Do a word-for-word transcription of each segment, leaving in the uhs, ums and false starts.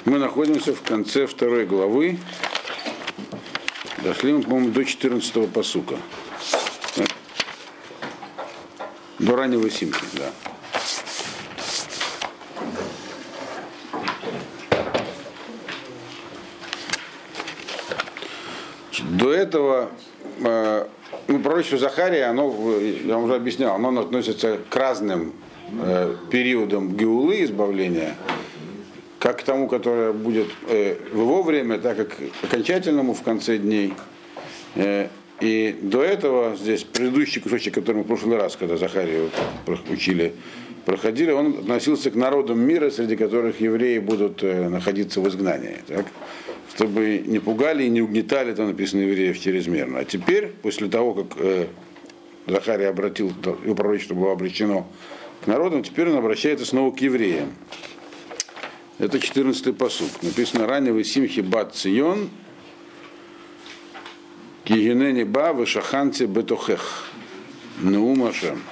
Мы находимся в конце второй главы. Дошли мы, по-моему, до четырнадцатого пасука. До раннего Симхи, да. До этого э, ну, пророчество Захария, оно, я вам уже объяснял, оно относится к разным э, периодам Геулы, избавления, как к тому, которое будет э, в его время, так и к окончательному в конце дней. Э, и до этого здесь предыдущий кусочек, который мы в прошлый раз, когда Захарию учили, проходили, он относился к народам мира, среди которых евреи будут э, находиться в изгнании. Так? Чтобы не пугали и не угнетали, там написано, евреев чрезмерно. А теперь, после того, как э, Захария обратил, его пророчество было обращено к народам, теперь он обращается снова к евреям. Это четырнадцатый пасук. Написано: раннего Симхи бат Цион, кигенени ба вешаханте бетохех, неум Ашем.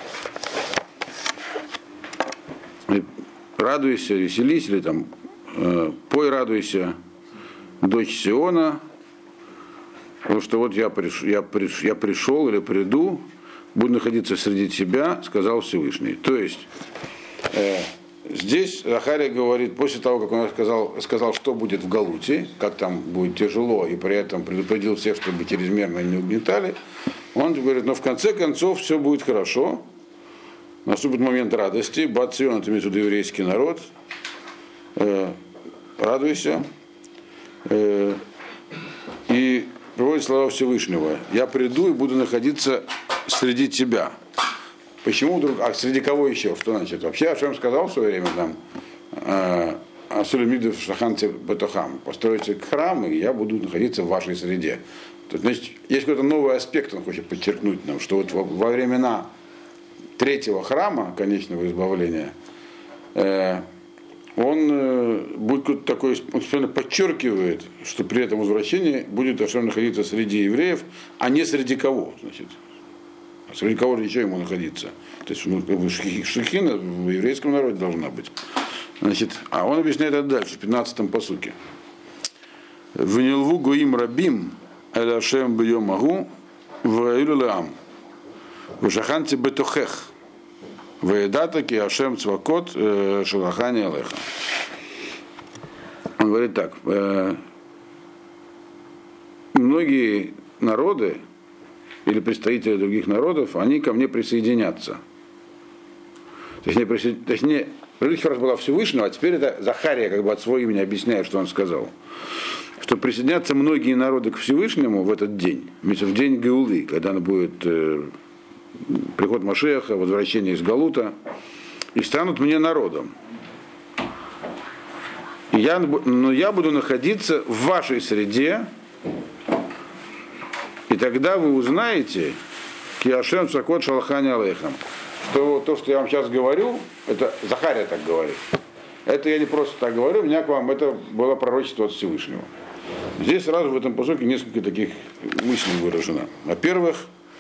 Радуйся, веселись, или там, э, пой, радуйся, дочь Сиона, потому что вот я, приш, я, приш, я пришел или приду, буду находиться среди тебя, сказал Всевышний. То есть э, здесь Захария говорит, после того, как он сказал, сказал, что будет в Галуте, как там будет тяжело, и при этом предупредил всех, чтобы чрезмерно не угнетали, он говорит, но в конце концов все будет хорошо, наступит момент радости, бат Цион, это имеется в виду еврейский народ, э, радуйся. И приводит слова Всевышнего: я приду и буду находиться среди тебя. Почему вдруг? А среди кого еще? Что значит? Вообще Ашем сказал в свое время там Асулемидов Шаханте Бетохам, постройте храм, и я буду находиться в вашей среде. То есть, значит, есть какой-то новый аспект, он хочет подчеркнуть нам, что вот во, во времена третьего храма, конечного избавления, э, он э, будет такой, он постоянно подчеркивает, что при этом возвращении будет Ашем находиться среди евреев, а не среди кого, значит. А среди кого же еще ему находиться? То есть ну, шехина в еврейском народе должна быть. Значит, а он объясняет это дальше, в пятнадцатом пасуке. Венилву гоим рабим эль Ашем бьем магу ваилю леам вешаханти бетохех. Ваедатаки Ашем Цвакот Шалахани Алеха. Он говорит так: э, многие народы или представители других народов, они ко мне присоединятся. Точнее, присо... Точнее предыдущий раз была Всевышнего, а теперь это Захария как бы от своего имени объясняет, что он сказал. Что присоединятся многие народы к Всевышнему в этот день, в день Геулы, когда он будет э, приход Машеха, возвращение из Галута, и станут мне народом. И я, но я буду находиться в вашей среде, и тогда вы узнаете, Киашем Цакот Шалахани Алейхам, что то, что я вам сейчас говорю, это Захария так говорит. Это я не просто так говорю, у меня к вам это было пророчество от Всевышнего. Здесь сразу в этом посоке несколько таких мыслей выражено. Во-первых,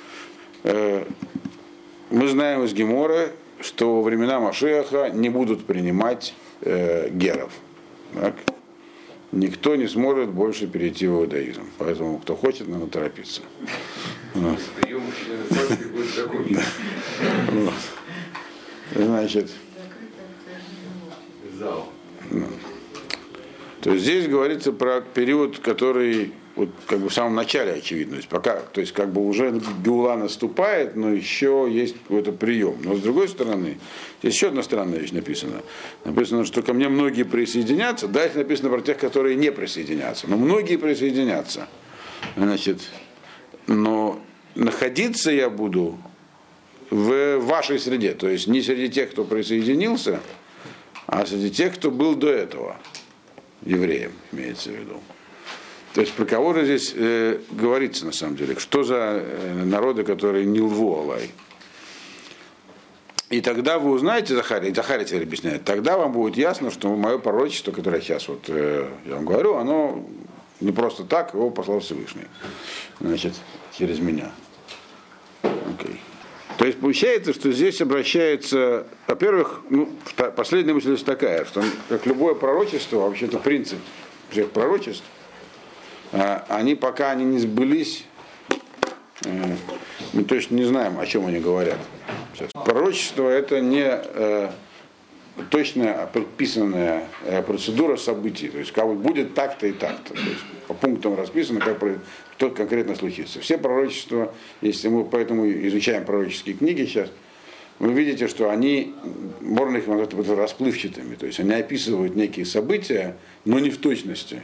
мы знаем из Геморы, что во времена Машеха не будут принимать э, геров. Так? Никто не сможет больше перейти в иудаизм. Поэтому, кто хочет, надо торопиться. Вот. Значит, то есть здесь говорится про период, который вот как бы в самом начале, очевидно, то есть пока, то есть как бы уже Геула наступает, но еще есть какой-то прием. Но с другой стороны, здесь еще одна странная вещь написана. Написано, что ко мне многие присоединятся. Дальше написано про тех, которые не присоединятся. Но многие присоединятся. Значит, но находиться я буду в вашей среде. То есть не среди тех, кто присоединился, а среди тех, кто был до этого евреем, имеется в виду. То есть про кого же здесь э, говорится на самом деле? Что за э, народы, которые не лву Алай? И тогда вы узнаете, Захария, и Захария теперь объясняет, тогда вам будет ясно, что мое пророчество, которое сейчас вот, э, я вам говорю, оно не просто так, его послал Всевышний. Значит, через меня. Окей. То есть получается, что здесь обращается, во-первых, ну, последняя мысль здесь такая, что как любое пророчество, вообще-то принцип всех пророчеств, они пока они не сбылись, мы точно не знаем, о чем они говорят. Сейчас. Пророчество это не точно предписанная процедура событий, то есть как будет так-то и так-то. То есть по пунктам расписано, как что конкретно случится. Все пророчества, если мы поэтому изучаем пророческие книги сейчас, вы видите, что они, можно их назвать расплывчатыми, то есть они описывают некие события, но не в точности.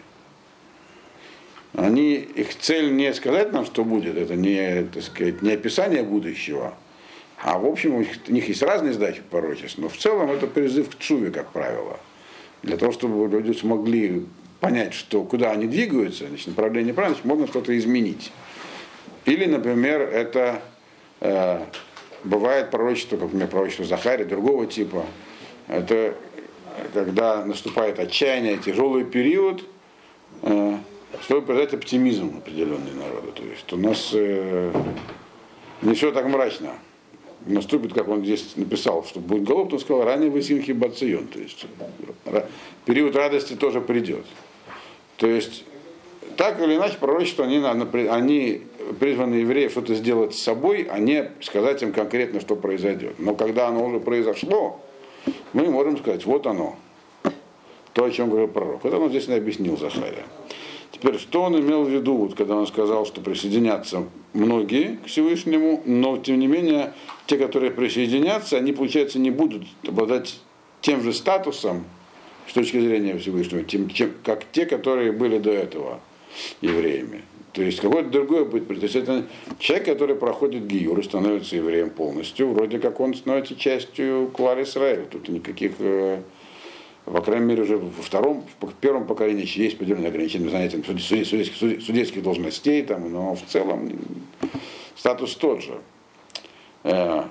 Они, их цель не сказать нам, что будет, это не, так сказать, не описание будущего, а в общем у них, у них есть разные задачи пророчеств, но в целом это призыв к тшуве, как правило. Для того, чтобы люди смогли понять, что, куда они двигаются, значит, направление правильно, значит, можно что-то изменить. Или, например, это э, бывает пророчество, как, например, пророчество Захария, другого типа. Это когда наступает отчаяние, тяжелый период, э, чтобы придать оптимизм определенный народу. То есть у нас э, не все так мрачно. Наступит, как он здесь написал, что будет голубь, он сказал, ранее вы симхи бацион. То есть период радости тоже придет. То есть так или иначе пророчество, они, они призваны евреев что-то сделать с собой, а не сказать им конкретно, что произойдет. Но когда оно уже произошло, мы можем сказать, вот оно, то, о чем говорил пророк. Это он здесь не объяснил Захария. Теперь, что он имел в виду, вот, когда он сказал, что присоединятся многие к Всевышнему, но, тем не менее, те, которые присоединятся, они, получается, не будут обладать тем же статусом, с точки зрения Всевышнего, тем, чем, как те, которые были до этого евреями. То есть, какое-то другое будет. То есть, это человек, который проходит гиюр и становится евреем полностью, вроде как он становится частью Клар Исраэля. Тут никаких... По крайней мере, уже во втором, в первом поколении есть определенные ограничения занятием судейских, судейских должностей, там, но в целом статус тот же.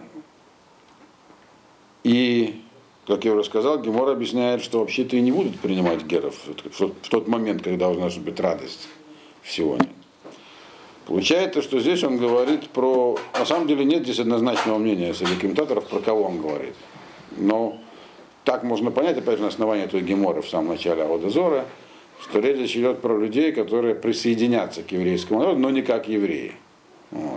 И, как я уже сказал, Гемор объясняет, что вообще-то и не будут принимать геров в тот момент, когда должна быть радость в Сионе. Получается, что здесь он говорит про... На самом деле нет здесь однозначного мнения среди комментаторов, про кого он говорит. Но так можно понять, опять же, на основании той геморы в самом начале Аводозора, что речь идет про людей, которые присоединятся к еврейскому народу, но не как евреи. Вот.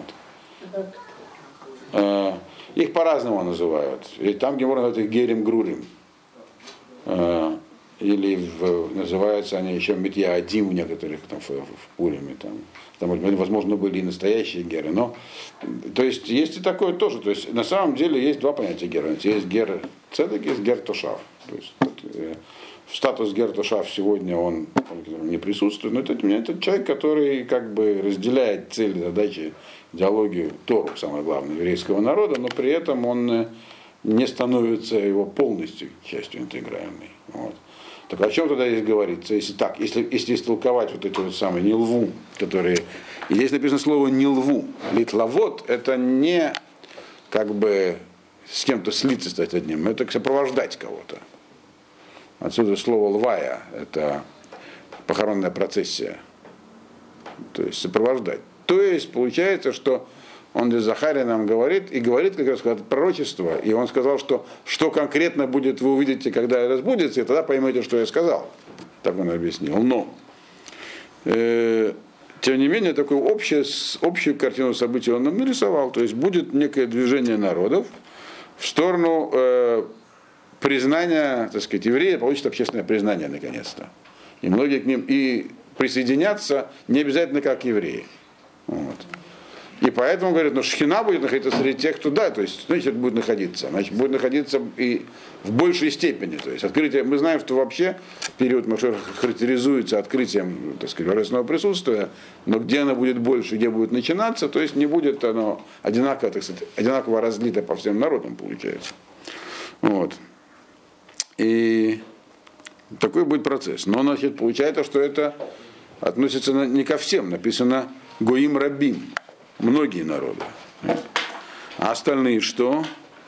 Э, их по-разному называют. И там гемора называют их Герим Грурим. Э, или в, называются они еще Митья Адим в некоторых там, в, в Пуриме. Там. Там, возможно, были и настоящие геры. Но, то есть есть и такое тоже. То есть на самом деле есть два понятия гера. Есть гер цедек, есть гер тошав. То есть э, статус гер тошав сегодня он, он не присутствует. Но это, это человек, который как бы разделяет цели, задачи, идеологию Тору, самое главное, еврейского народа, но при этом он не становится его полностью частью интегральной. Вот. Так о чем тогда здесь говорится? Если так, если, если истолковать вот эти вот самые нилву, которые... И здесь написано слово нилву. Литлавод это не как бы с кем-то слиться, стать одним, это сопровождать кого-то. Отсюда слово лвая, это похоронная процессия. То есть сопровождать. То есть получается, что он здесь Захария нам говорит, и говорит как раз это пророчество, и он сказал, что что конкретно будет, вы увидите, когда это сбудется, и тогда поймете, что я сказал. Так он объяснил. Но, э, тем не менее, такую общую, общую картину событий он нам нарисовал. То есть будет некое движение народов в сторону э, признания, так сказать, евреи получат общественное признание наконец-то. И многие к ним и присоединятся не обязательно как евреи. Вот. И поэтому, говорят, ну шхина будет находиться среди тех, кто да, то есть, значит, будет находиться. Значит, будет находиться и в большей степени. То есть открытие, мы знаем, что вообще период Машеха характеризуется открытием, так сказать, божественного присутствия, но где оно будет больше, где будет начинаться, то есть не будет оно одинаково, так сказать, одинаково разлито по всем народам, получается. Вот. И такой будет процесс. Но, значит, получается, что это относится не ко всем. Написано Гоим Рабим. Многие народы. А остальные что?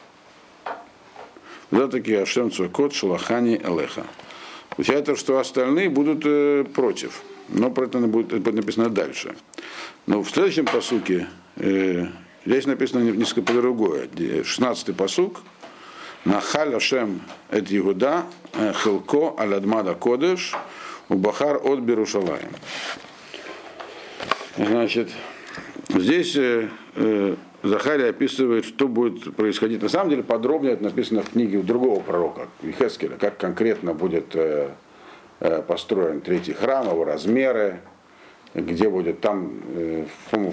Да, такие Ашем Цвекот, Шалахани, Элеха. Получается, что остальные будут э, против. Но про это будет, будет написано дальше. Но в следующем посуке, э, Здесь написано несколько по-другое. шестнадцатый пасук. Нахаль Ашем эт Иуда Хилко Алядмада Кодеш Убахар от Берушалаем. Значит, здесь э, э, Захария описывает, что будет происходить. На самом деле подробнее это написано в книге у другого пророка, Йехескеля, как конкретно будет э, э, построен третий храм, его размеры, где будет там, э, в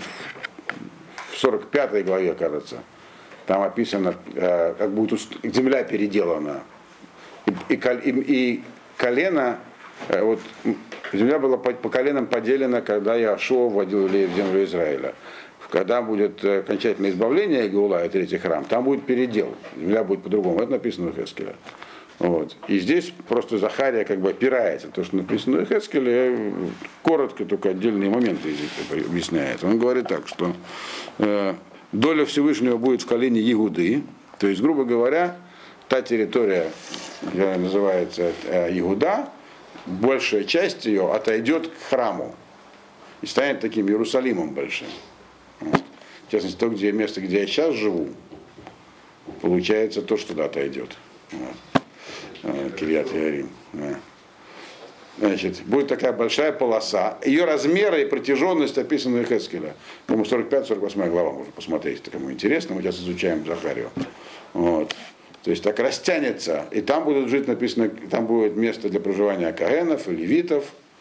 сорок пятой главе, кажется, там описано, э, как будет земля переделана. И, и, и колено, э, вот, земля была по, по коленам поделена, когда Иошуа вводил евреев в землю Израиля. Когда будет окончательное избавление Геула и третий храм, там будет передел. Земля будет по-другому. Это написано в Йехескеле. Вот. И здесь просто Захария как бы опирается. То, что написано в Йехескеле, коротко только отдельные моменты объясняет. Он говорит так, что э, доля Всевышнего будет в колене Иуды. То есть, грубо говоря, та территория, которая называется э, Иуда, большая часть ее отойдет к храму. И станет таким Иерусалимом большим. В частности, то где, место, где я сейчас живу, получается то, что туда-то идет. Вот. Кирьят Иарим. Значит, будет такая большая полоса. Ее размеры и протяженность описаны в Йехескеле. По-моему, сорок пятая сорок восьмая глава, можно посмотреть, это кому интересно. Мы сейчас изучаем Захарию. Вот. То есть так растянется. И там будут жить, написано, там будет место для проживания коэнов и левитов.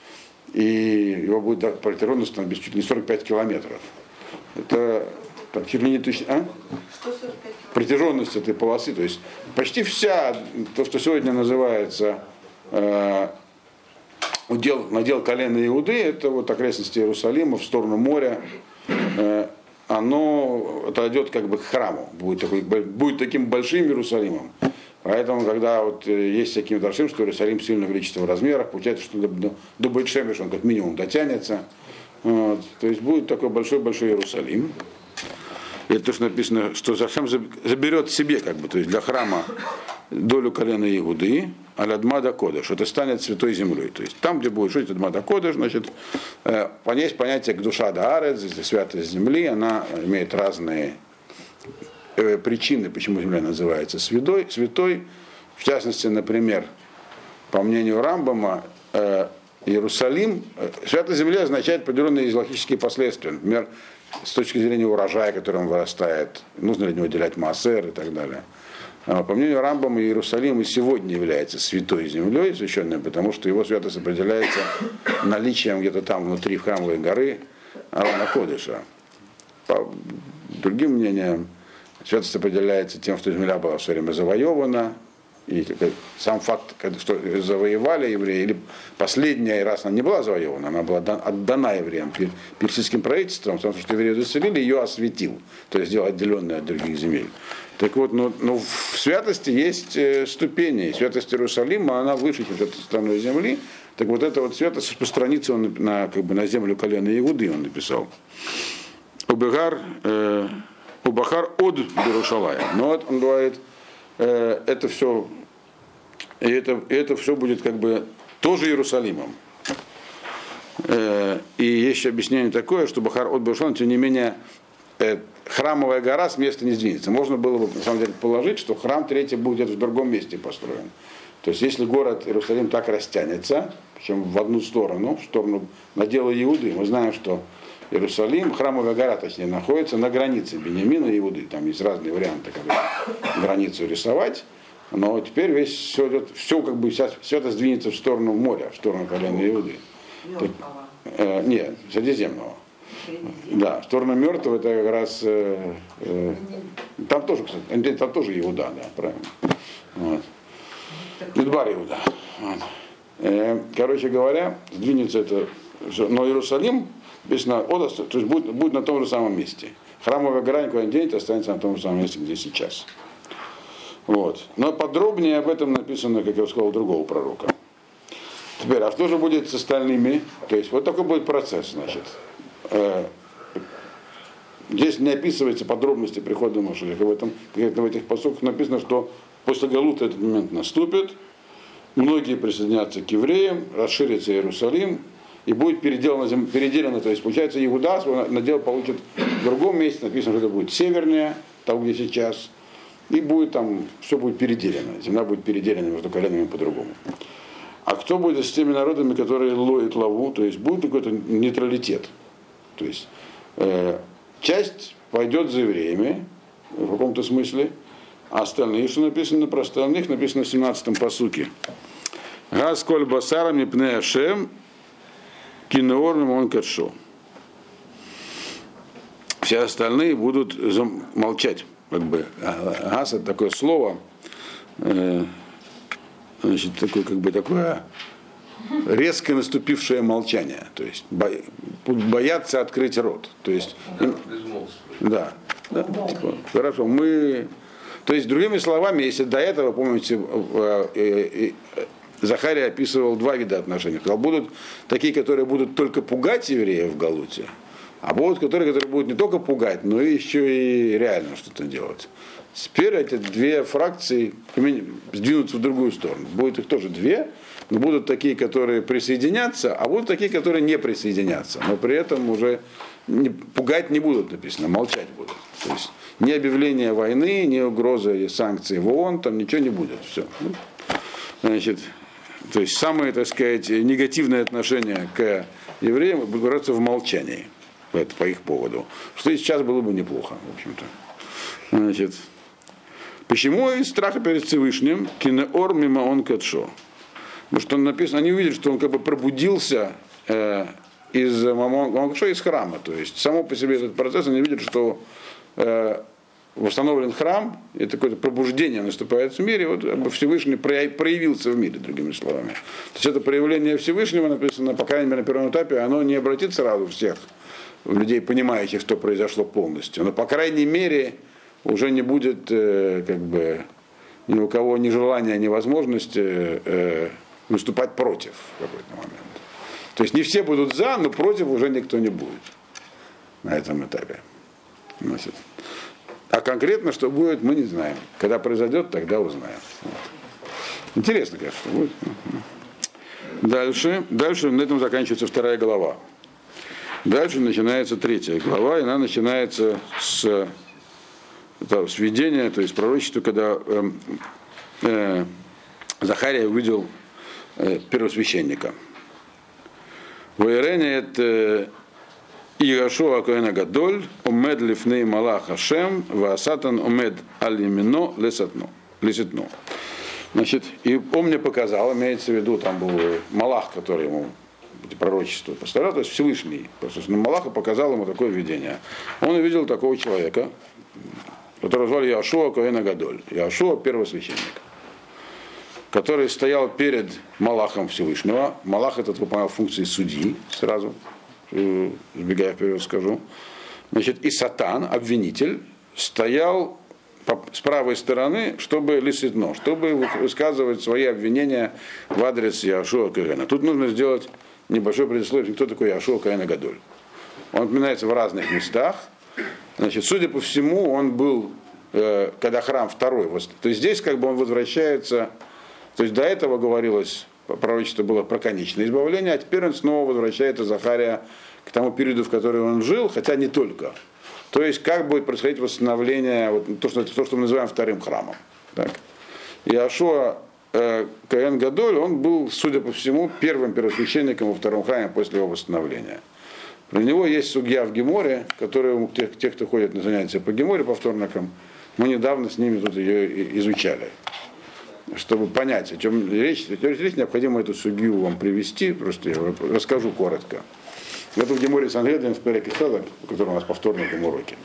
И его будет протяженность там, чуть ли не сорок пять километров. Это так, чуть ли не тысяч, а? Протяженность этой полосы, то есть почти вся, то, что сегодня называется э, удел, надел колена Иуды, это вот окрестности Иерусалима в сторону моря, э, оно отойдет как бы к храму, будет, такой, будет таким большим Иерусалимом. Поэтому, когда вот есть всякие доршим, что Иерусалим сильно увеличится в размерах, получается, что до, до Бейт-Шемеш он как минимум дотянется. Вот. То есть будет такой большой-большой Иерусалим. И это то, что написано, что Захем заберет себе, как бы, то есть для храма долю колена Иуды, аль-Адмада Кодеш, это станет святой землей. То есть там, где будет жить Адмада Кодеш, значит, э, есть понятие душа да арец, святость земли, она имеет разные э, причины, почему земля называется святой, святой. В частности, например, по мнению Рамбама, э, Иерусалим, святость земли означает определенные излахические последствия. Например, с точки зрения урожая, который он вырастает, нужно ли него уделять маасер и так далее. По мнению Рамбама, Иерусалим и сегодня является святой землей, священной, потому что его святость определяется наличием где-то там внутри храмовой горы Арона Кодеша. По другим мнениям, святость определяется тем, что земля была все время завоевана, и сам факт, что завоевали евреи, или последняя раз она не была завоевана, она была отдана евреям персидским правительством, потому что евреи заселили, ее осветил, то есть сделал отделенной от других земель. Так вот, но, но в святости есть ступени. Святость Иерусалима, она выше, чем этой страной земли. Так вот, эта вот святость распространится он на, как бы, на землю колена Иуды, он написал. Убегар, э, Убахар от Берушалая. Но вот он говорит, это все, и это, это все будет как бы тоже Иерусалимом. И есть объяснение такое, что Бахар от Берушалаем, тем не менее, храмовая гора с места не сдвинется. Можно было бы, на самом деле, положить, что храм третий будет в другом месте построен. То есть, если город Иерусалим так растянется, причем в одну сторону, в сторону надела Иуды, мы знаем, что Иерусалим, храмовая гора, точнее, находится на границе Беньямина и Иуды. Там есть разные варианты, как границу рисовать. Но теперь весь все, идет, все как бы сейчас все это сдвинется в сторону моря, в сторону колена Иуды. Так, э, нет, Средиземного. Да, в сторону мертвого это как раз э, э, там тоже, кстати, там тоже Иуда, да, правильно. Вот. Мидбар Иуда. Вот. Э, короче говоря, сдвинется это. Но Иерусалим написано, то есть будет, будет на том же самом месте. Храмовая гора никуда не денется, останется на том же самом месте, где сейчас. Вот. Но подробнее об этом написано, как я сказал, у другого пророка. Теперь, а что же будет с остальными? То есть вот такой будет процесс, значит. Здесь не описываются подробности прихода Машиаха. В этом, в этих посоках написано, что после Галута этот момент наступит, многие присоединятся к евреям, расширится Иерусалим, и будет переделано, переделано, то есть получается Иуда свой надел получит в другом месте, написано, что это будет севернее, там где сейчас, и будет там, все будет переделено, земля будет переделена между коленами по-другому. А кто будет с теми народами, которые ловят лаву, то есть будет какой-то нейтралитет, то есть э, часть пойдет за евреями, в каком-то смысле, а остальные, что написано про остальных, написано в семнадцатом пасуке. Газ коль басарам и пне ашем кинеорным он кадшо. Все остальные будут молчать. Как бы. Газ это такое слово, э, значит, такое, как бы такое резко наступившее молчание. То есть бо, боятся открыть рот. То есть, им, да, да, типа, хорошо, мы. То есть, другими словами, если до этого, помните, Захария описывал два вида отношений. Сказал, будут такие, которые будут только пугать евреев в Галуте, а будут которые, которые будут не только пугать, но и еще и реально что-то делать. Теперь эти две фракции сдвинутся в другую сторону. Будет их тоже две, но будут такие, которые присоединятся, а будут такие, которые не присоединятся. Но при этом уже не, пугать не будут, написано, молчать будут. То есть ни объявления войны, ни угрозы санкций в ООН, там ничего не будет. Все. Значит, то есть самое, так сказать, негативное отношение к евреям будет выражаться в молчании по, по их поводу. Что и сейчас было бы неплохо, в общем-то. Значит, почему из страха перед Всевышним кинеор мимо он кадшо? Потому что написано, они увидели, что он как бы пробудился э, из мамон кадшо, из храма. То есть само по себе этот процесс, они видят, что э, восстановлен храм, и какое-то пробуждение наступает в мире, вот Всевышний проявился в мире, другими словами. То есть это проявление Всевышнего, написано, по крайней мере, на первом этапе, оно не обратит сразу всех людей, понимающих, что произошло полностью, но, по крайней мере, уже не будет э, как бы ни у кого ни желания, ни возможности э, выступать против в какой-то момент. То есть не все будут за, но против уже никто не будет на этом этапе. Значит, а конкретно, что будет, мы не знаем. Когда произойдет, тогда узнаем. Вот. Интересно, конечно, что будет. Дальше, дальше на этом заканчивается вторая глава. Дальше начинается третья глава, и она начинается с, это, с видения, то есть пророчества, когда э, э, Захария увидел э, первосвященника. В Иерене это Иешуа Коэн Гадоль, омед лифней малах Хашем, ваасатан омед алимино лесатно. Значит, и он мне показал, имеется в виду, там был малах, который ему эти пророчества поставлял, то есть Всевышний, просто Малаха показал ему такое видение. Он увидел такого человека, которого звали Иешуа Коэн Гадоль. Иешуа первосвященник, который стоял перед Малахом Всевышнего. Малах этот выполнял функции судьи сразу. Сбегая вперед скажу. Значит, и Сатан, обвинитель, стоял с правой стороны, чтобы лиситно, чтобы высказывать свои обвинения в адрес Иешуа Коэна. Тут нужно сделать небольшое предисловие, кто такой Иешуа Коэн Гадоль. Он упоминается в разных местах. Значит, судя по всему, он был, когда храм второй, то есть здесь как бы он возвращается, то есть до этого говорилось, пророчество было про конечное избавление, а теперь он снова возвращается, Захария, к тому периоду, в который он жил, хотя не только. То есть как будет происходить восстановление, вот, то, что, то, что мы называем вторым храмом. Так. Иешуа э, Коэн Гадоль, он был, судя по всему, первым первосвященником во втором храме после его восстановления. Про него есть судья в Геморе, который, те, те, кто ходит на занятия по Геморе, по вторникам, мы недавно с ними тут ее изучали. Чтобы понять, о чем речь, речь, необходимо эту судью вам привести, просто я расскажу коротко. Это в Геморе Сангедрин в Перек Исхадок, который у нас по вторникам уроке.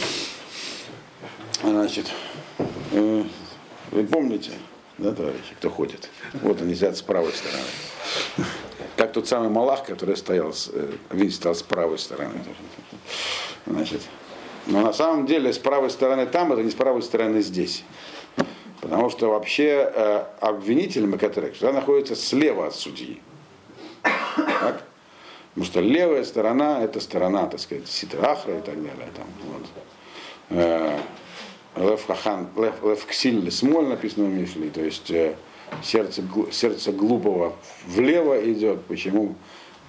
Значит, э, вы помните, да, товарищи, кто ходит? Вот они сидят с правой стороны. Так тот самый Малах, который стоял, видите, стоял с правой стороны. Значит, но на самом деле с правой стороны там, это не с правой стороны здесь. Потому что вообще э, обвинитель Макатрек всегда находится слева от судьи. Так? Потому что левая сторона, это сторона, так сказать, Ситра-Ахра и так далее. Там, вот. э, Лев Хахан, Лев, Лев Ксиль Смоль написано в Мишле, то есть э, сердце, сердце глупого влево идет. Почему?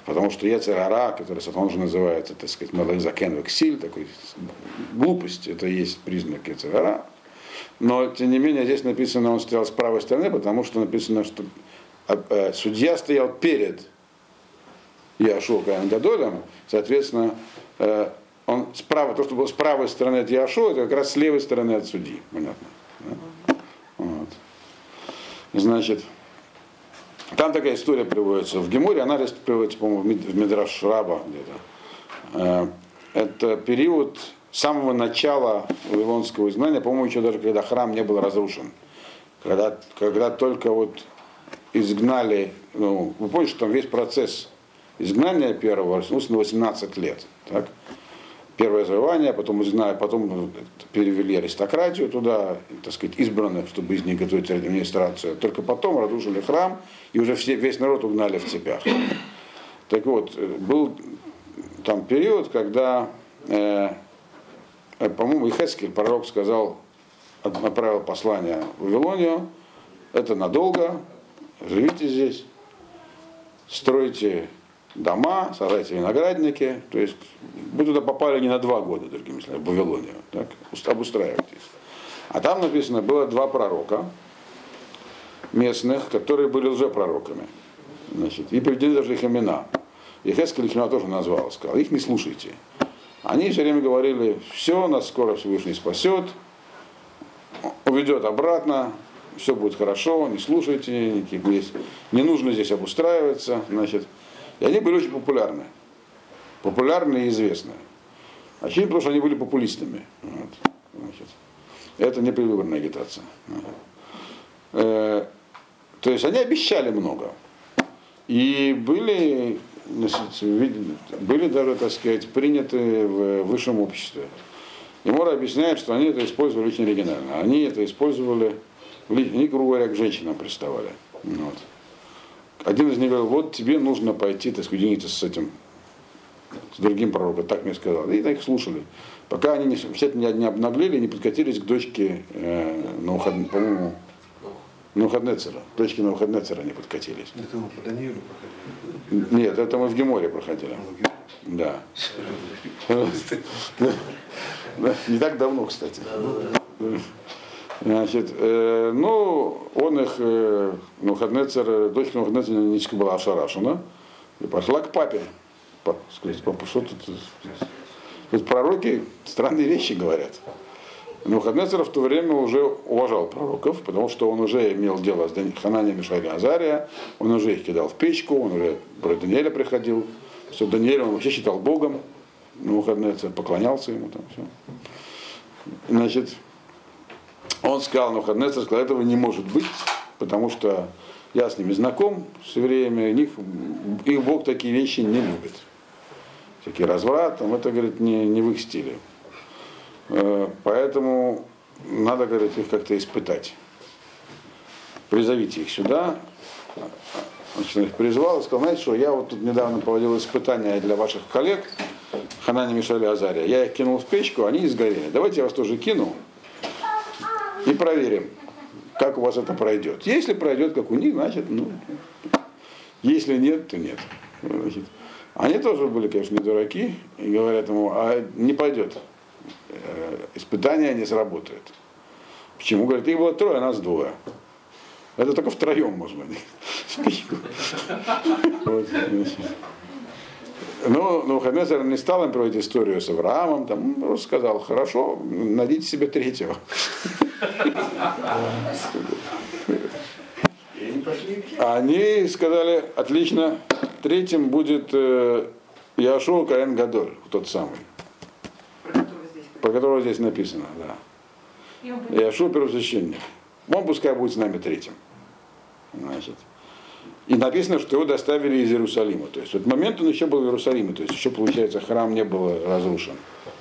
Потому что Йецер ара, который он же называется, так сказать, Малайзакен Вексиль, такой глупость, это и есть признак Йецер ара. Но, тем не менее, здесь написано, он стоял с правой стороны, потому что написано, что судья стоял перед Яшуа Коэн Гадолем, соответственно, он справа, то, что было с правой стороны от Яшуа, это как раз с левой стороны от судьи, понятно. Да? Вот. Значит, там такая история приводится в Геморе, она приводится, по-моему, в Мидраш Раба где-то. Это период самого начала вавилонского изгнания, по-моему, еще даже когда храм не был разрушен. Когда, когда только вот изгнали, ну, вы помните, что там весь процесс изгнания первого растянулся на восемнадцать лет. Так? Первое завоевание, потом изгнали, потом перевели аристократию туда, так сказать, избранных, чтобы из них готовить администрацию. Только потом разрушили храм, и уже все, весь народ угнали в цепях. Так вот, был там период, когда, э, по-моему, Ихескель, пророк, сказал, направил послание в Вавилонию, это надолго, живите здесь, стройте дома, сажайте виноградники, то есть вы туда попали не на два года, другими словами, в Вавилонию, так, обустраивайтесь. А там написано, было два пророка местных, которые были лжепророками, значит, и приведены даже их имена. И Хескель их имена тоже назвал, сказал, их не слушайте. Они все время говорили, все, нас скоро Всевышний спасет, уведет обратно, все будет хорошо, не слушайте, никаких здесь, не нужно здесь обустраиваться, значит. И они были очень популярны. Популярны и известны. Очевидно, потому что они были популистами. Вот. Значит, это не предвыборная агитация. Э, то есть они обещали много. И были, значит, были даже, так сказать, приняты в высшем обществе. И Мора объясняет, что они это использовали очень оригинально. Они это использовали, они, грубо говоря, к женщинам приставали. Вот. Один из них говорил, вот тебе нужно пойти, так сказать, соединиться с этим, с другим пророком, так мне сказал. И так их слушали. Пока они не, все не, не обнаглели, не подкатились к дочке, э, на уход, по-моему, Навуходоносора. Дочке Навуходоносора не подкатились. Это мы по Даниилу проходили? Нет, это мы в Геморе проходили. Да. Не так давно, кстати. Значит, э, ну, он их, э, Навуходоносор, дочка Навуходоносора немножечко была ошарашена и пошла к папе. Папа, сказать, папа, что тут? Тут пророки странные вещи говорят. Навуходоносор в то время уже уважал пророков, потому что он уже имел дело с Хананием, Мишаэлем и Азария, он уже их кидал в печку, он уже про Даниэля приходил, все, Даниэля он вообще считал Богом, Навуходоносор поклонялся ему там все. Значит, он сказал, Навуходоносор сказал, этого не может быть, потому что я с ними знаком, с евреями, их, их Бог такие вещи не любит. Всякий разврат, там, это, говорит, не, не в их стиле. Поэтому надо, говорит, их как-то испытать. Призовите их сюда. Значит, он их призвал и сказал, знаете что, я вот тут недавно проводил испытания для ваших коллег, Ханани, Мишаэля и Азария. Я их кинул в печку, они сгорели. Давайте я вас тоже кину и проверим, как у вас это пройдет. Если пройдет, как у них, значит, ну, если нет, то нет. Значит, они тоже были, конечно, не дураки, и говорят ему, а не пойдет. Испытания не сработают. Почему? Говорит, их было трое, а нас двое. Это только втроем можно. Вот, но Навуходоносор не стал им проводить историю с Авраамом, там, он просто сказал, хорошо, найдите себе третьего. Они сказали, отлично, третьим будет Яшуа Коэн Гадоль, тот самый. Про которого здесь написано, да. Яшуа первосвященник. Он пускай будет с нами третьим. Значит. И написано, что его доставили из Иерусалима. То есть в этот момент он еще был в Иерусалиме, то есть еще, получается, храм не был разрушен.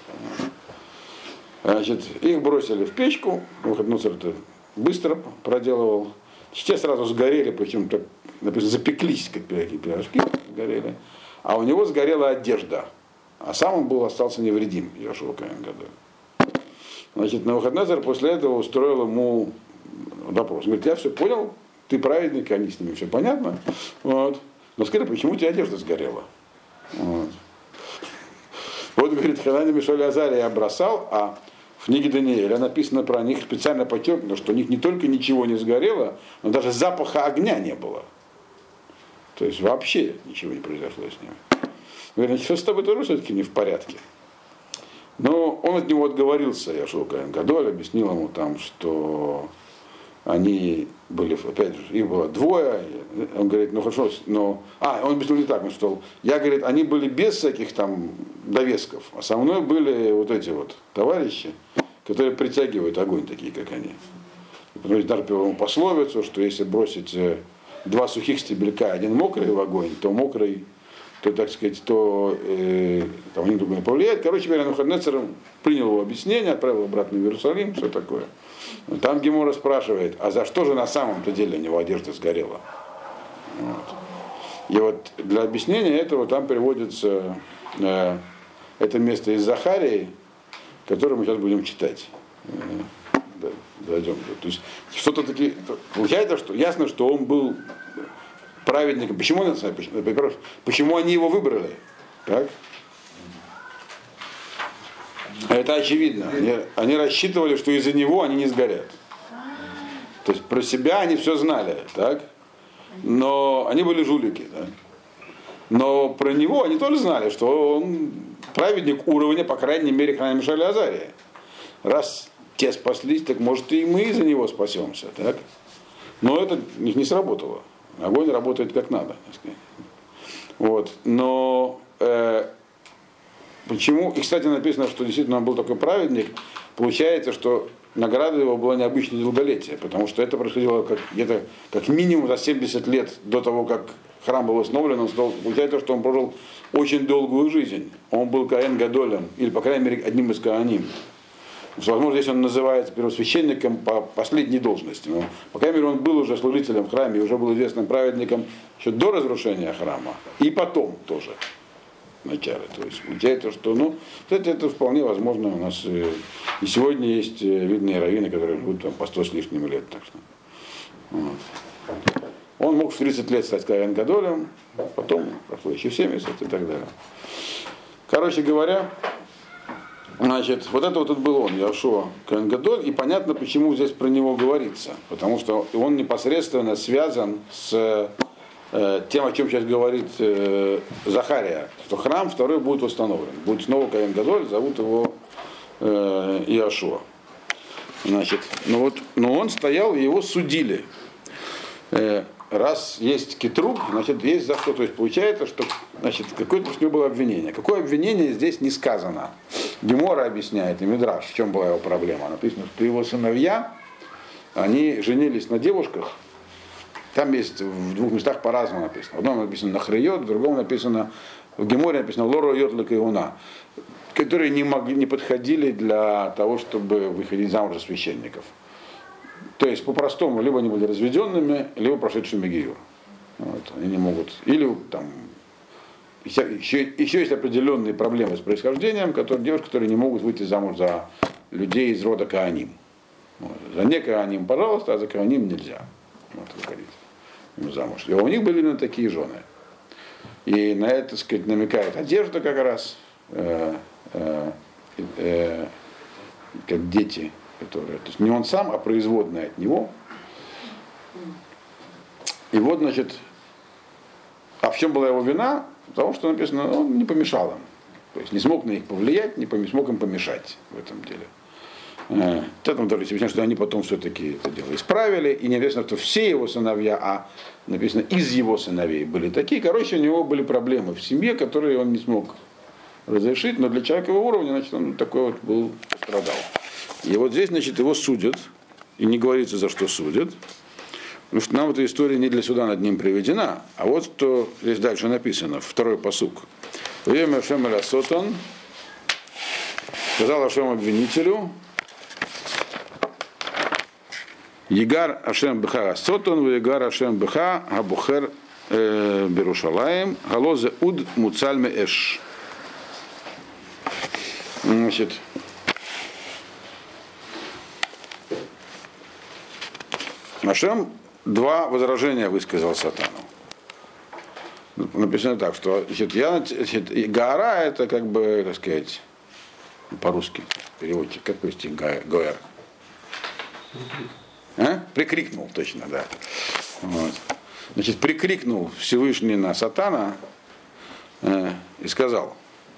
Значит, их бросили в печку, Навуходоносор это быстро проделывал. Те сразу сгорели, причем так написано, запеклись, как пирожки, сгорели. А у него сгорела одежда. А сам он был, остался невредим, Яшуа Коэн Гадоль. Значит, Навуходоносор после этого устроил ему допрос. Он говорит, я все понял, ты праведник, они с ними все понятно. Вот. Но скажи, почему у тебя одежда сгорела? Вот, вот говорит, Ханани, Мишоль и Азария я бросал, а в книге Даниэля написано про них специально подчеркнуто, что у них не только ничего не сгорело, но даже запаха огня не было. То есть вообще ничего не произошло с ними. Говорит, что с тобой тоже все-таки не в порядке. Но он от него отговорился, Яшуа коэн гадоль, объяснил ему там, что они были, опять же, их было двое. Он говорит, ну хорошо, но... А, он объяснил не так, он сказал, я, говорит, они были без всяких там довесков, а со мной были вот эти вот товарищи, которые притягивают огонь, такие как они. Потому что даже по пословицу, что если бросить два сухих стебелька, один мокрый в огонь, то мокрый, то, так сказать, то э, там они друг не повлияет. Короче говоря, Навуходоносор принял его объяснение, отправил его обратно в Иерусалим, все такое. Там Гемора спрашивает, а за что же на самом-то деле у него одежда сгорела? Вот. И вот для объяснения этого там приводится э, это место из Захарии, которое мы сейчас будем читать. Э, да, дойдем. То есть что-то таки получается, что ясно, что он был праведником. Почему, почему, почему они его выбрали? Так? Это очевидно. Они, они рассчитывали, что из-за него они не сгорят. То есть про себя они все знали, так? Но они были жулики. Так? Но про него они тоже знали, что он праведник уровня, по крайней мере, Ханани, Мишоль и Азария. Раз те спаслись, так может и мы из-за него спасемся. Так? Но это не сработало. Огонь работает как надо. Вот. Но э, почему? И, кстати, написано, что действительно он был такой праведник. Получается, что награда его была необычное долголетие, потому что это происходило как, где-то как минимум за семьдесят лет до того, как храм был восстановлен. Он стал, получается, что он прожил очень долгую жизнь. Он был коэн гадолем, или, по крайней мере, одним из коаним. Возможно, здесь он называется первосвященником по последней должности. Но, по крайней мере, он был уже служителем в храме, уже был известным праведником еще до разрушения храма. И потом тоже. В начале. То есть получается, что, ну, кстати, это вполне возможно. У нас и, и сегодня есть видные раввины, которые живут там по сто с лишним лет. Так что, вот. Он мог в тридцать лет стать коэн гадолем, потом прошло еще семьдесят и так далее. Короче говоря, значит, вот это вот тут был он, Яшуа коэн гадоль, и понятно, почему здесь про него говорится. Потому что он непосредственно связан с э, тем, о чем сейчас говорит э, Захария, что храм второй будет восстановлен. Будет снова коэн гадоль, зовут его э, Яшуа. Значит, ну вот, но он стоял, его судили. Э, раз есть кетруг, значит, есть за что. То есть получается, что, значит, какое-то у него было обвинение. Какое обвинение здесь не сказано. Гемора объясняет, и Мидраш, в чем была его проблема. Написано, что его сыновья, они женились на девушках. Там есть в двух местах по-разному написано. В одном написано Нахриот, в другом написано, в Геморе написано Лоро Йот Лекаюна, которые не, могли, не подходили для того, чтобы выходить замуж за священников. То есть, по-простому, либо они были разведенными, либо прошедшими гиюр. Вот, они не могут. Или там еще, еще есть определенные проблемы с происхождением, которые, девушки, которые не могут выйти замуж за людей из рода Коаним. Вот. За не Коаним, пожалуйста, а за Коаним нельзя. Вот, выходить замуж. И у них были именно такие жены. И на это, так сказать, намекает одежда как раз, э, э, э, как дети, которые, то есть не он сам, а производная от него. И вот, значит, а в чем была его вина? Потому что написано, он не помешал им. То есть не смог на них повлиять, не смог им помешать в этом деле. Поэтому даже объясняю, что они потом все-таки это дело исправили. И не написано, что все его сыновья, а написано, из его сыновей были такие. Короче, у него были проблемы в семье, которые он не смог разрешить. Но для человека его уровня, значит, он такой вот был, страдал. И вот здесь, значит, его судят. И не говорится, за что судят. Потому что нам эта история не для суда над ним приведена. А вот что здесь дальше написано, второй пасук. Время Ашем эля Сотан, сказал Ашем обвинителю, Егар Ашем Беха Сотан, Егар Ашем Беха Габухер Берушалаем, Галозе Уд Муцальме Эш. Значит, Ашем два возражения высказал сатану. Написано так, что значит, я, значит, Гаара это как бы, так сказать, по-русски переводчик, какой стих Гоэр? А? Прикрикнул, точно, да. Вот. Значит, прикрикнул Всевышний на Сатана э, и сказал: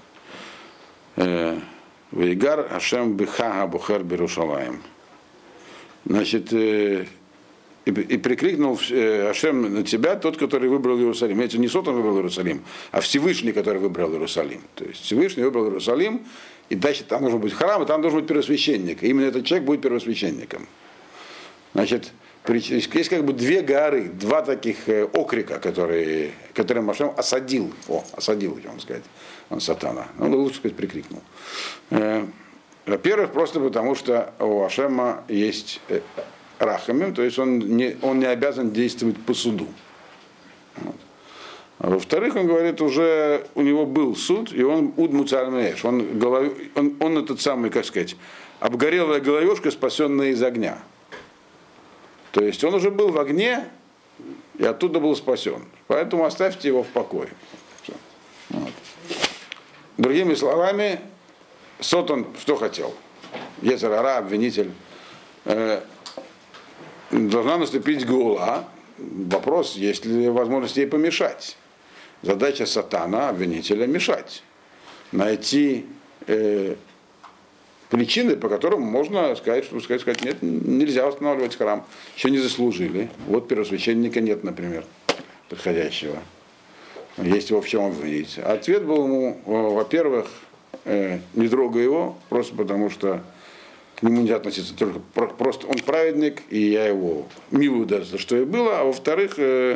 Вейгар Ашем Бихага Бухар Берушалаем. Значит, э, и, и прикрикнул э, Ашем на тебя, тот, который выбрал Иерусалим. Это не Сатан выбрал Иерусалим, а Всевышний, который выбрал Иерусалим. То есть Всевышний выбрал Иерусалим, и дальше там должен быть храм, и там должен быть первосвященник. И именно этот человек будет первосвященником. Значит, есть как бы две горы, два таких окрика, которые, которые Ашем осадил. О, осадил, хотел сказать, он Сатана. Он, лучше сказать, прикрикнул. Во-первых, просто потому, что у Ашема есть рахамим, то есть он не, он не обязан действовать по суду. Вот. А во-вторых, он говорит, уже у него был суд, и он уд муцальмееш, он, голов... он, он этот самый, как сказать, обгорелая головешка, спасенная из огня. То есть он уже был в огне, и оттуда был спасен. Поэтому оставьте его в покое. Вот. Другими словами, Сотон что хотел? Ецер ара, обвинитель. Э, должна наступить геула. Вопрос, есть ли возможность ей помешать. Задача Сатана, обвинителя, мешать. Найти э, причины, по которым можно сказать, что сказать, сказать, нет, нельзя восстанавливать храм. Еще не заслужили. Вот первосвященника нет, например, подходящего. Есть его в чем обвинить. Ответ был ему, во-первых, э, не трогай его, просто потому что к нему нельзя относиться только просто он праведник, и я его милую даже за что и было, а во-вторых, э,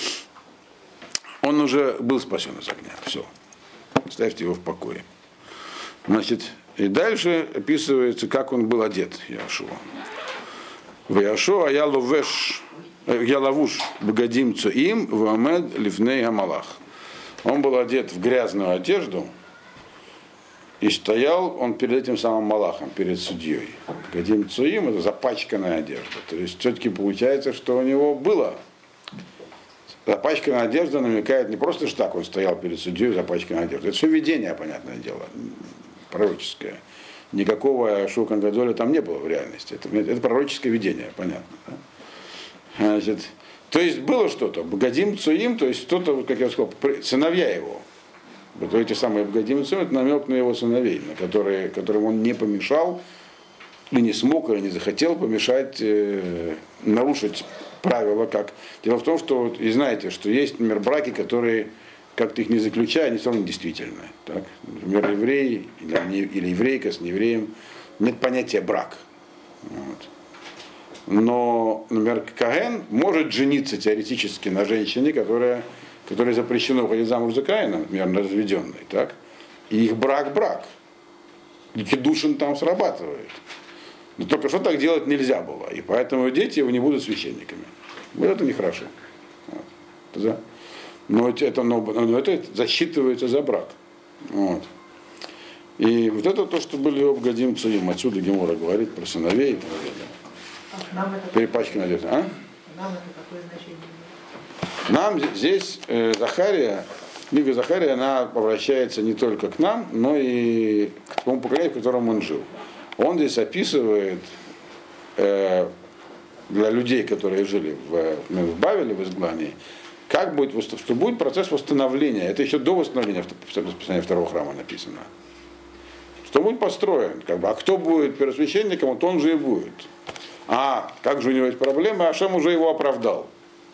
он уже был спасен из огня. Все. Ставьте его в покое. Значит, и дальше описывается, как он был одет, Яшуа. В Яшуа я ловеш, я лавуш бгадим цуим вамед ливней амалах. Он был одет в грязную одежду, и стоял он перед этим самым Малахом, перед судьей. Гадим Цуим — это запачканная одежда. То есть все-таки получается, что у него было. Запачканная одежда намекает не просто, что так он стоял перед судьей в запачканной одежде. Это все видение, понятное дело, пророческое. Никакого Шулхан Гадоля там не было в реальности. Это, это пророческое видение, понятно. Да? Значит, то есть было что-то. Гадим Цуим, то есть кто-то, как я сказал, сыновья его. Вот эти самые Бгадим Цуим, это намек на его сыновей, на которые, которым он не помешал, или не смог, или не захотел помешать, э, нарушить правила. Как. Дело в том, что, вот, и знаете, что есть, например, браки, которые, как ты их не заключая, они все равно действительны. Так? Например, еврей или, или еврейка с неевреем, нет понятия брак. Вот. Но, например, Коэн может жениться теоретически на женщине, которая которой запрещено выходить замуж за Каина, например, разведенный, так? И их брак-брак. И кидушин там срабатывает. Но только что так делать нельзя было. И поэтому дети его не будут священниками. Вот это нехорошо. Вот. Но, это, но, но это засчитывается за брак. Вот. И вот это то, что были обгадим цуим. Отсюда Гемора говорит про сыновей и так далее. А перепачканная одежда. А? Нам это какое значение? Нам здесь э, Захария, книга Захария, она обращается не только к нам, но и к тому поколению, в котором он жил. Он здесь описывает э, для людей, которые жили в, в Бавеле, в изгнании, как будет, что будет процесс восстановления. Это еще до восстановления расписания второго храма написано. Что будет построен, как бы, а кто будет первосвященником, вот он же и будет. А как же у него есть проблемы, Ашем уже его оправдал.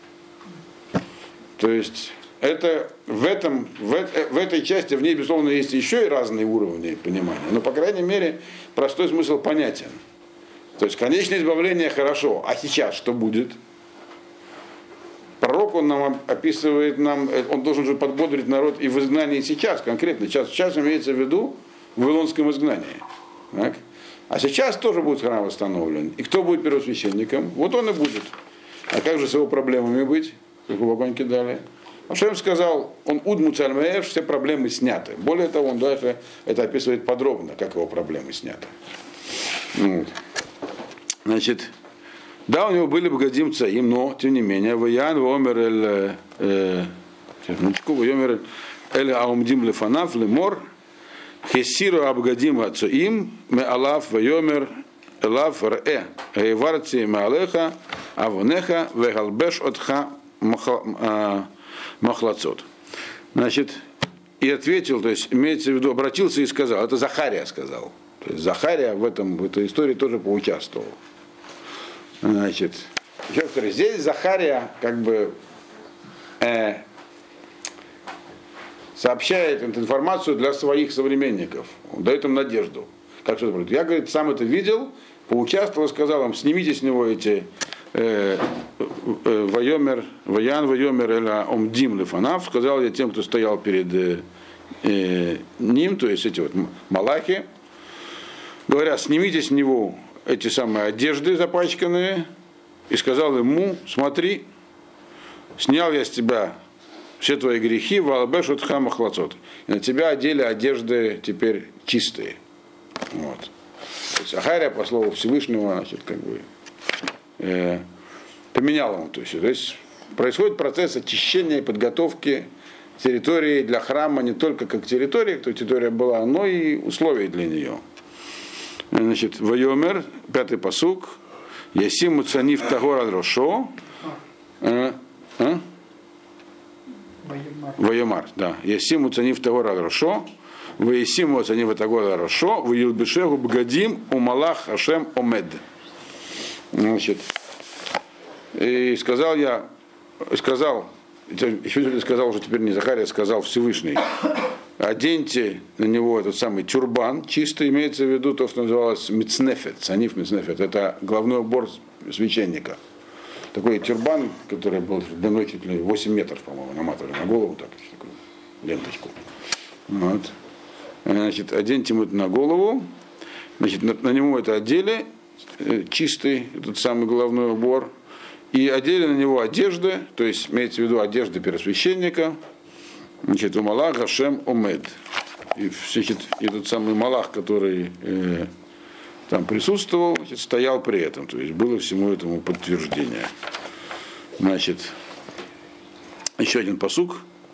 То есть это, в, этом, в, в этой части, в ней, безусловно, есть еще и разные уровни понимания, но, по крайней мере, простой смысл понятен. То есть конечное избавление хорошо, а сейчас что будет? Пророк, он нам описывает, нам, он должен же подбодрить народ и в изгнании сейчас, конкретно. Сейчас, сейчас имеется в виду в Вавилонском изгнании. Так? А сейчас тоже будет храм восстановлен. И кто будет первосвященником? Вот он и будет. А как же с его проблемами быть? Как в огонь кидали. Ашем сказал, он удму цальмееш, все проблемы сняты. Более того, он даже это описывает подробно, как его проблемы сняты. Вот. Значит, да, у него были богадим цаим, но, тем не менее, Ваян Вомер эль Минуточку. Вайомер эль аумдим лефанав лемор хесиру абгадим ацуим ме алав вайомер элав ре эйварти ме алеха авонеха вегалбеш отха махлацот. Значит, и ответил, то есть имеется в виду, обратился и сказал, это Захария сказал. То есть Захария в, этом, в этой истории тоже поучаствовал. Значит, еще повторюсь, здесь Захария как бы э, сообщает эту информацию для своих современников. Он дает им надежду. Как что-то будет. Я, говорит, сам это видел, поучаствовал и сказал им, снимите с него эти Вайомер, Ваян, Вайомер, Эля Омдим Лефанав, сказал я тем, кто стоял перед э, э, ним, то есть эти вот малахи, говоря, снимите с него эти самые одежды запачканные, и сказал ему, смотри, снял я с тебя все твои грехи, валбеш от хама хлацот, и на тебя одели одежды теперь чистые. Вот. То есть Захария, по слову Всевышнего, значит, как бы Э, поменял ему. То есть, то есть происходит процесс очищения и подготовки территории для храма не только как территории, кто территория была, но и условий для нее. Значит, Вайомер, пятый пасук, Ясим Муцанив Тагор Аль-Рошо, э, э? Вайомар, да, Ясим Муцанив Тагор Аль-Рошо, Ваясим Муцанив Тагор Аль-Рошо, Ваюлбешегу Бгадим Умалах Ашем Омед. Значит, и сказал я, сказал, еще сказал уже теперь не Захария, сказал Всевышний, оденьте на него этот самый тюрбан, чисто имеется в виду то, что называлось мицнефет, саниф мицнефет, это головной убор священника. Такой тюрбан, который был длиной чуть ли восемь метров, по-моему, наматывали на голову, так, такую ленточку. Вот. Значит, оденьте ему это на голову, значит, на, на него это одели, чистый, этот самый головной убор, и одели на него одежды, то есть имеется в виду одежды первосвященника, значит, у Малах Ашем Омед. И, значит, этот самый Малах, который э, там присутствовал, значит, стоял при этом, то есть было всему этому подтверждение. Значит, еще один пасук.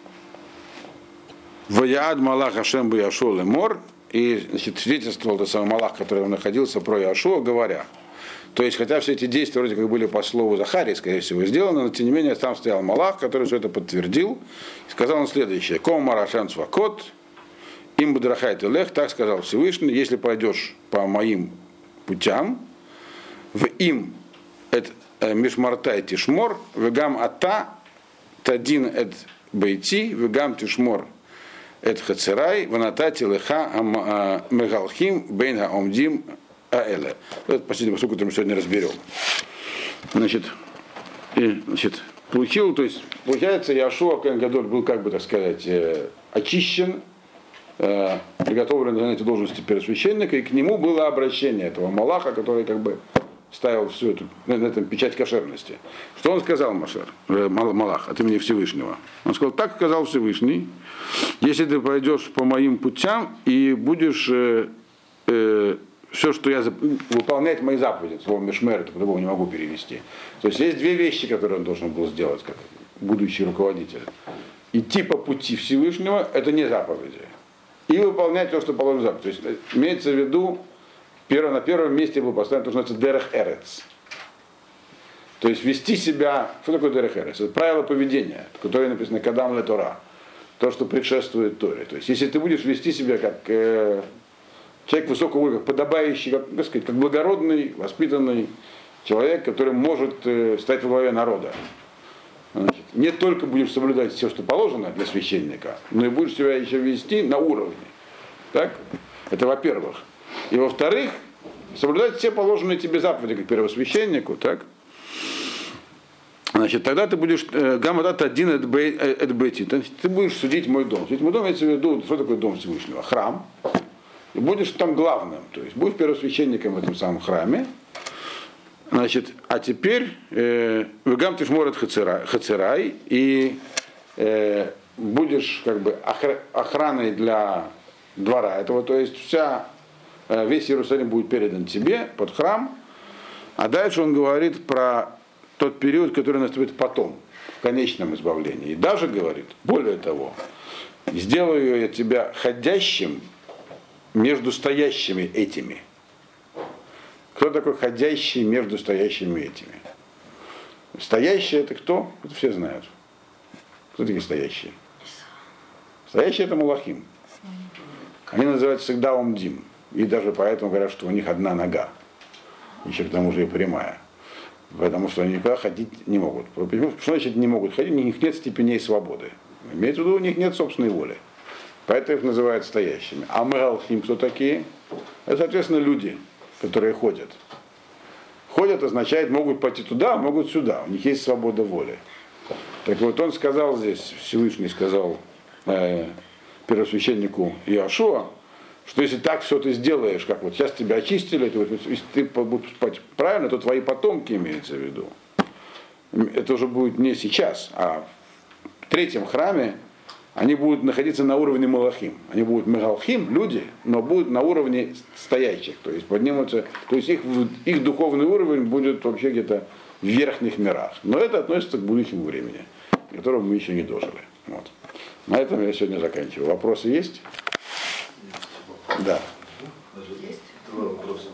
Ваяад Малах Ашем Бияшо Лемор. И, значит, свидетельствовал тот самый Малах, который находился про Иошуа, говоря. То есть, хотя все эти действия вроде как были по слову Захарии, скорее всего, сделаны, но тем не менее там стоял Малах, который все это подтвердил. И сказал он следующее. Ком марашан свакот, им бадрахайт илех, так сказал Всевышний, если пойдешь по моим путям, в им эт мишмартай тишмор, вегам ата тадин эт бейти, вегам тишмор эт хацерай, ванатати леха мегалхим бейн гаомдим аэле. Это последний посуд, который мы сегодня разберем. Значит, и, значит, получил, то есть, получается, Иошуа коэн гадоль был, как бы, так сказать, очищен, приготовлен к занятию должности первосвященника, и к нему было обращение этого Малаха, который, как бы, ставил всю эту, на этом печать кошерности. Что он сказал, Машер, Малах, от имени Всевышнего? Он сказал, так сказал Всевышний, если ты пойдешь по моим путям и будешь э, э, все, что я выполнять мои заповеди, слово Мишмер, это по-другому не могу перевести. То есть есть две вещи, которые он должен был сделать, как будущий руководитель. Идти по пути Всевышнего, это не заповеди. И выполнять то, что положено в заповеди. То есть имеется в виду, Первое, на первом месте был поставлен то, что называется дерех эрец. То есть вести себя, что такое дерех эрец? Это правило поведения, которое написано кадам ле Тора, то, что предшествует Торе. То есть если ты будешь вести себя как э, человек высокого уровня, подобающий, как, так сказать, как благородный, воспитанный человек, который может э, стать во главе народа. Значит, не только будешь соблюдать все, что положено для священника, но и будешь себя еще вести на уровне. Так? Это во-первых. И во-вторых, соблюдать все положенные тебе заповеди как первосвященнику, так? Значит, тогда ты будешь гамадат один эт бейти, ты будешь судить мой дом. Судить мой дом, имеется в виду, что такое дом Всевышнего? Храм. И будешь там главным, то есть будешь первосвященником в этом самом храме. Значит, а теперь вегам тишморет хацерай, и э, будешь как бы охраной для двора этого, то есть вся весь Иерусалим будет передан тебе под храм. А дальше он говорит про тот период, который наступит потом, в конечном избавлении. И даже говорит, более того, сделаю я тебя ходящим между стоящими этими. Кто такой ходящий между стоящими этими? Стоящие это кто? Это все знают. Кто такие стоящие? Стоящие это Малахим. Они называются всегда Омдим. И даже поэтому говорят, что у них одна нога. Еще к тому же и прямая. Потому что они никуда ходить не могут. Что значит не могут ходить? У них нет степеней свободы. Имеется в виду, у них нет собственной воли. Поэтому их называют стоящими. А Малахим кто такие? Это, соответственно, люди, которые ходят. Ходят означает, могут пойти туда, могут сюда. У них есть свобода воли. Так вот, он сказал здесь, Всевышний сказал э, первосвященнику Иошуа, что если так все ты сделаешь, как вот сейчас тебя очистили, то, если ты будешь спать правильно, то твои потомки, имеется в виду. Это уже будет не сейчас, а в третьем храме они будут находиться на уровне Малахим. Они будут Мегалхим, люди, но будут на уровне стоящих. То есть поднимутся, то есть их, их духовный уровень будет вообще где-то в верхних мирах. Но это относится к будущему времени, к которому мы еще не дожили. Вот. На этом я сегодня заканчиваю. Вопросы есть? Да. Есть? Два вопроса.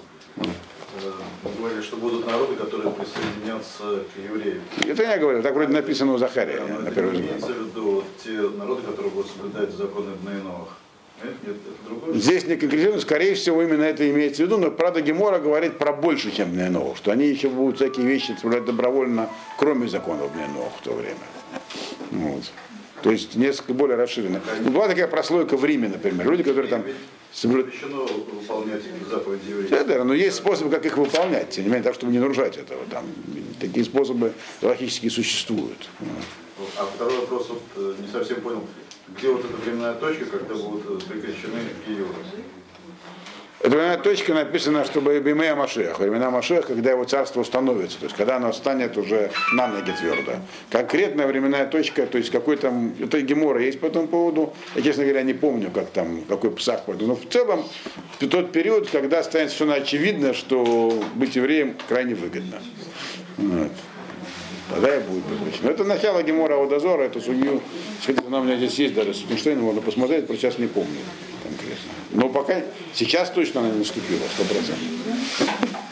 Вы говорили, что будут народы, которые присоединятся к евреям. Это я говорю, так вроде написано у Захария, Да, на первый взгляд. имеется в виду те народы, которые будут соблюдать законы Бней Нох. Нет, нет, это другое. Здесь не конкретно, скорее всего, именно это имеется в виду, но правда Гемора говорит про больше, чем Бней Нох, что они еще будут всякие вещи соблюдать добровольно, кроме законов Бней Нох в то время. Вот. То есть несколько более расширенно. Была такая прослойка в Риме, например. Люди, которые там соблюдают. Запрещено выполнять заповеди евреев. Да, но есть способы, как их выполнять, тем не менее, так, чтобы не нарушать этого. Там, такие способы логически существуют. А второй вопрос, вот, не совсем понял, где вот эта временная точка, когда будут прекращены Гиюры? Эта временная точка написана, чтобы Бимея Машех, времена Машех, когда его царство установится, то есть когда оно станет уже на ноги твердо. Конкретная временная точка, то есть какой там, это Гемора есть по этому поводу, я, честно говоря, не помню, как там, какой псах, но в целом тот период, когда станет совершенно очевидно, что быть евреем крайне выгодно. Вот. Тогда и будет прекращено. Это начало Гемора Аудазора, эту судью, она у меня здесь есть даже с Финштейном, можно посмотреть, просто сейчас не помню конкретно. Но пока, сейчас точно она не наступила, сто процентов.